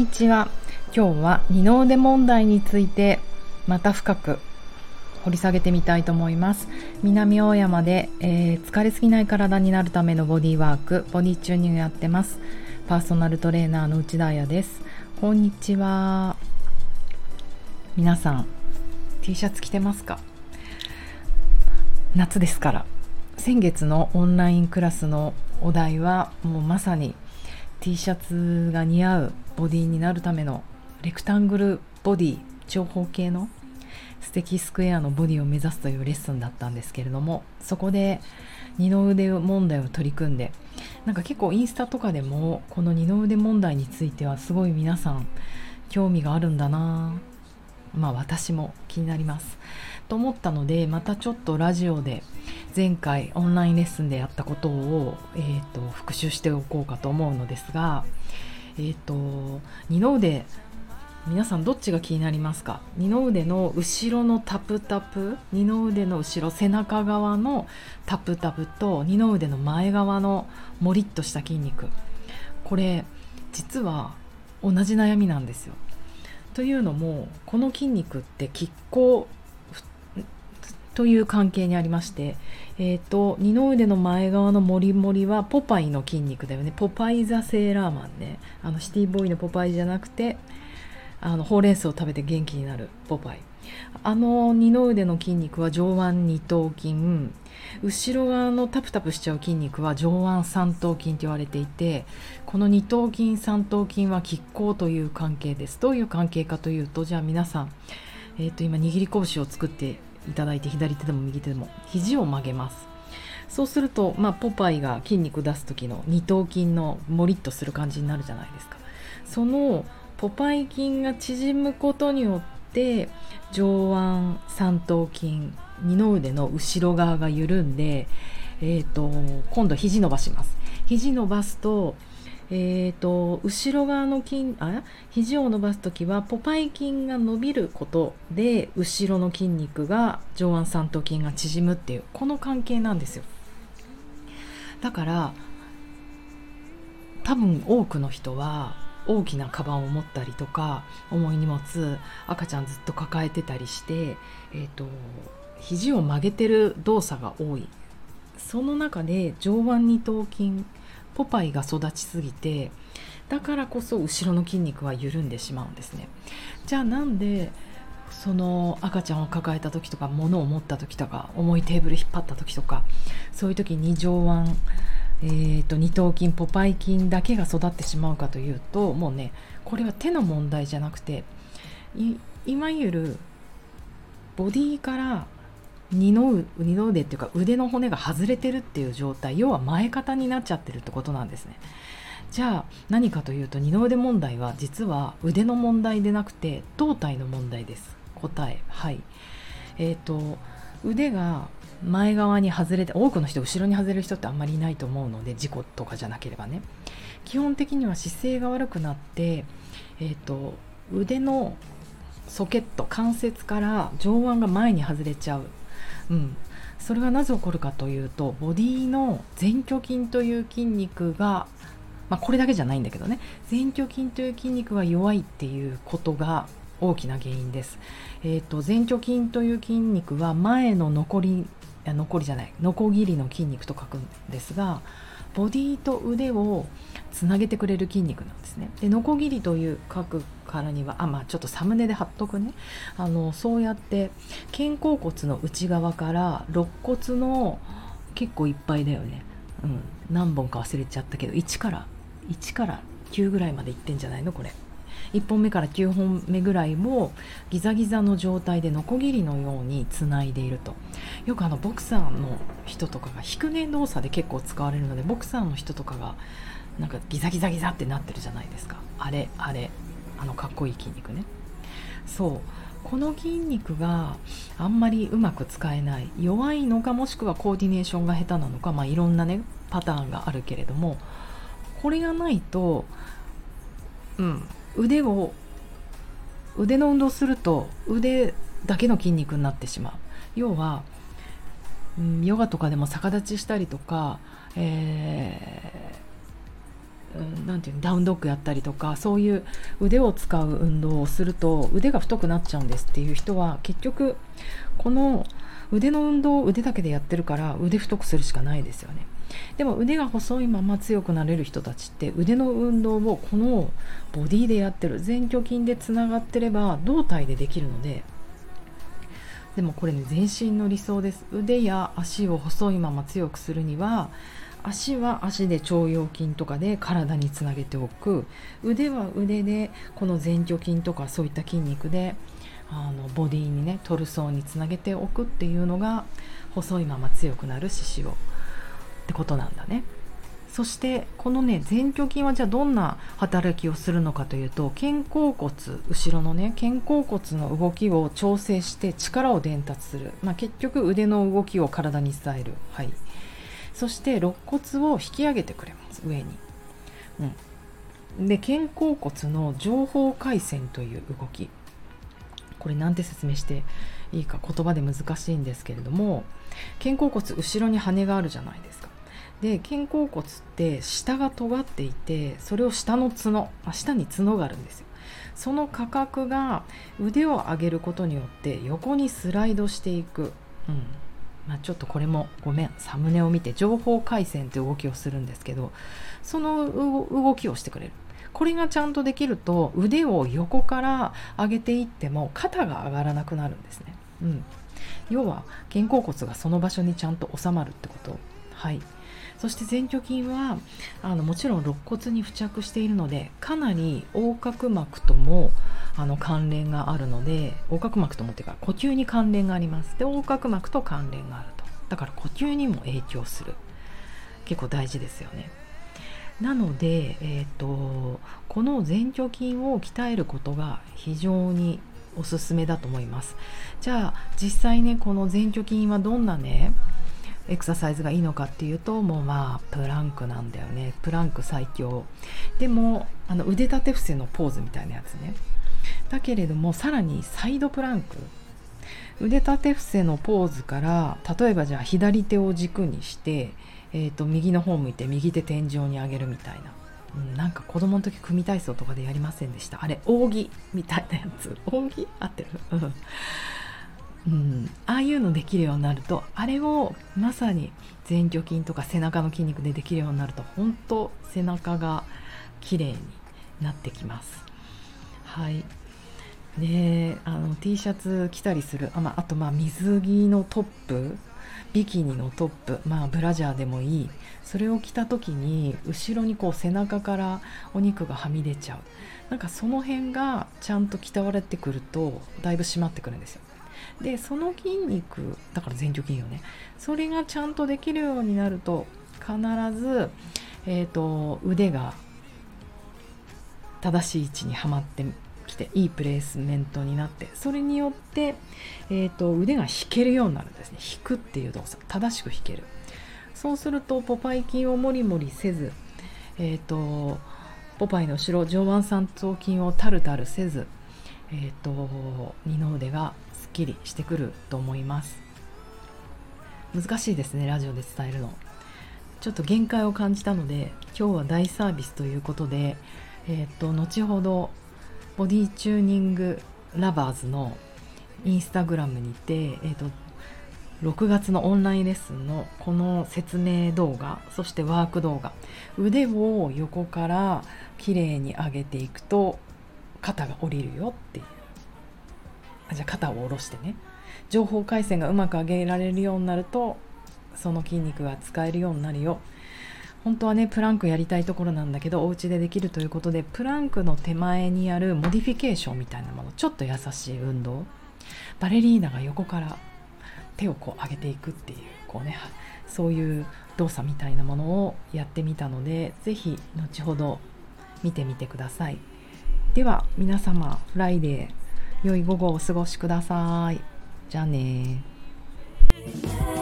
ちは。今日は二の腕問題についてまた深く掘り下げてみたいと思います。南大山で、疲れすぎない体になるためのボディワーク、ボディチューニングやってます。パーソナルトレーナーの内田彩です。こんにちは。皆さん T シャツ着てますか？夏ですから。先月のオンラインクラスのお題はもうまさに T シャツが似合うボディになるためのレクタングルボディ、長方形の素敵スクエアのボディを目指すというレッスンだったんですけれども、そこで二の腕問題を取り組んで、なんか結構インスタとかでもこの二の腕問題についてはすごい皆さん興味があるんだな、私も気になりますと思ったので、またちょっとラジオで前回オンラインレッスンでやったことを、復習しておこうかと思うのですが、二の腕、皆さんどっちが気になりますか？二の腕の後ろのタプタプ、二の腕の後ろ背中側のタプタプと二の腕の前側のもりっとした筋肉、これ実は同じ悩みなんですよ。というのも、この筋肉って拮抗という関係にありまして、二の腕の前側のモリモリはポパイの筋肉だよね。ポパイザセーラーマンね。シティボーイのポパイじゃなくて、ほうれん草を食べて元気になるポパイ。二の腕の筋肉は上腕二頭筋、後ろ側のタプタプしちゃう筋肉は上腕三頭筋と言われていて、この二頭筋三頭筋は拮抗という関係です。どういう関係かというと、じゃあ皆さん、今握り拳を作っていただいて、左手でも右手でも肘を曲げます。そうすると、ポパイが筋肉出す時の二頭筋のもりっとする感じになるじゃないですか。そのポパイ筋が縮むことによって上腕三頭筋、二の腕の後ろ側が緩んで、今度肘伸ばします。肘伸ばすと、後ろ側の肘を伸ばすときはポパイ筋が伸びることで後ろの筋肉が上腕三頭筋が縮むっていう、この関係なんですよ。だから多分多くの人は大きなカバンを持ったりとか、重い荷物、赤ちゃんずっと抱えてたりして、肘を曲げてる動作が多い。その中で上腕二頭筋、ポパイが育ちすぎて、だからこそ後ろの筋肉は緩んでしまうんですね。じゃあなんでその赤ちゃんを抱えた時とか、物を持った時とか、重いテーブル引っ張った時とか、そういう時に上腕二頭筋、ポパイ筋だけが育ってしまうかというと、もうね、これは手の問題じゃなくて、いわゆるボディから二の腕っていうか腕の骨が外れてるっていう状態、要は前肩になっちゃってるってことなんですね。じゃあ何かというと、二の腕問題は実は腕の問題でなくて胴体の問題です。答え、はい。腕が前側に外れて、多くの人後ろに外れる人ってあんまりいないと思うので、事故とかじゃなければね、基本的には姿勢が悪くなって、腕のソケット、関節から上腕が前に外れちゃう。それがなぜ起こるかというと、ボディの前鋸筋という筋肉が、これだけじゃないんだけどね、前鋸筋という筋肉が弱いっていうことが大きな原因です。前鋸筋という筋肉は前のノコギリの筋肉と書くんですが、ボディと腕をつなげてくれる筋肉なんですね。で、ノコギリという書くからには、ちょっとサムネで貼っとくね。そうやって肩甲骨の内側から肋骨の結構いっぱいだよね。何本か忘れちゃったけど、1から9ぐらいまでいってんじゃないのこれ。1本目から9本目ぐらいをギザギザの状態でノコギリのようにつないでいると。よくボクサーの人とかが引く弦動作で結構使われるので、ボクサーの人とかがなんかギザギザギザってなってるじゃないですか。あれかっこいい筋肉ね。そう、この筋肉があんまりうまく使えない、弱いのか、もしくはコーディネーションが下手なのか、いろんなねパターンがあるけれども、これがないと、腕の運動すると腕だけの筋肉になってしまう。要は、ヨガとかでも逆立ちしたりとか、 なんていうの、ダウンドッグやったりとか、そういう腕を使う運動をすると腕が太くなっちゃうんですっていう人は、結局この腕の運動を腕だけでやってるから腕太くするしかないですよね。でも腕が細いまま強くなれる人たちって腕の運動をこのボディでやってる、前鋸筋でつながってれば胴体でできるので。でもこれね、全身の理想です。腕や足を細いまま強くするには、足は足で腸腰筋とかで体につなげておく、腕は腕でこの前鋸筋とかそういった筋肉でボディにね、トルソーにつなげておくっていうのが細いまま強くなる獅子王ってことなんだね。そしてこのね、前鋸筋はじゃあどんな働きをするのかというと、肩甲骨、後ろのね肩甲骨の動きを調整して力を伝達する、結局腕の動きを体に伝える。はい。そして肋骨を引き上げてくれます、上に。で、肩甲骨の上方回旋という動き、これなんて説明していいか言葉で難しいんですけれども、肩甲骨後ろに羽があるじゃないですか。で、肩甲骨って下が尖っていて、それを下に角があるんですよ。その価格が腕を上げることによって横にスライドしていく。ちょっとこれもサムネを見て、上方回旋という動きをするんですけど、その動きをしてくれる。これがちゃんとできると腕を横から上げていっても肩が上がらなくなるんですね。要は肩甲骨がその場所にちゃんと収まるってこと。はい。そして前鋸筋はもちろん肋骨に付着しているので、かなり横隔膜とも関連があるので、横隔膜ともっていうか呼吸に関連があります。で、横隔膜と関連があると。だから呼吸にも影響する。結構大事ですよね。なので、この前鋸筋を鍛えることが非常におすすめだと思います。じゃあ実際ね、この前鋸筋はどんなねエクササイズがいいのかっていうと、もうプランクなんだよね。プランク最強。でも腕立て伏せのポーズみたいなやつね。だけれどもさらにサイドプランク、腕立て伏せのポーズから、例えばじゃあ左手を軸にして、右の方向いて右手天井に上げるみたいな、なんか子供の時組体操とかでやりませんでした？あれ扇みたいなやつ。扇合ってる？ああいうのできるようになると、あれをまさに前鋸筋とか背中の筋肉でできるようになると、本当背中が綺麗になってきます。はい。で、T シャツ着たりする、あと水着のトップ、ビキニのトップ、ブラジャーでもいい。それを着た時に後ろにこう背中からお肉がはみ出ちゃう。なんかその辺がちゃんと鍛われてくるとだいぶ締まってくるんですよ。で、その筋肉だから前鋸筋よね。それがちゃんとできるようになると必ず、腕が正しい位置にはまってきて、いいプレースメントになって、それによって、腕が引けるようになるんですね。引くっていう動作、正しく引ける。そうするとポパイ筋をモリモリせず、ポパイの後ろ上腕三頭筋をタルタルせず、二の腕がすっきりしてくると思います。難しいですね、ラジオで伝えるの。ちょっと限界を感じたので、今日は大サービスということで、後ほどボディチューニングラバーズのインスタグラムにて、6月のオンラインレッスンのこの説明動画、そしてワーク動画、腕を横からきれいに上げていくと肩が下りるよっていう。じゃあ肩を下ろしてね、上方回旋がうまく上げられるようになると、その筋肉が使えるようになるよ。本当はね、プランクやりたいところなんだけど、お家でできるということで、プランクの手前にあるモディフィケーションみたいなもの、ちょっと優しい運動、バレリーナが横から手をこう上げていくっていう、そういう動作みたいなものをやってみたので、ぜひ後ほど見てみてください。では皆様、フライデー良い午後をお過ごしください。じゃあね。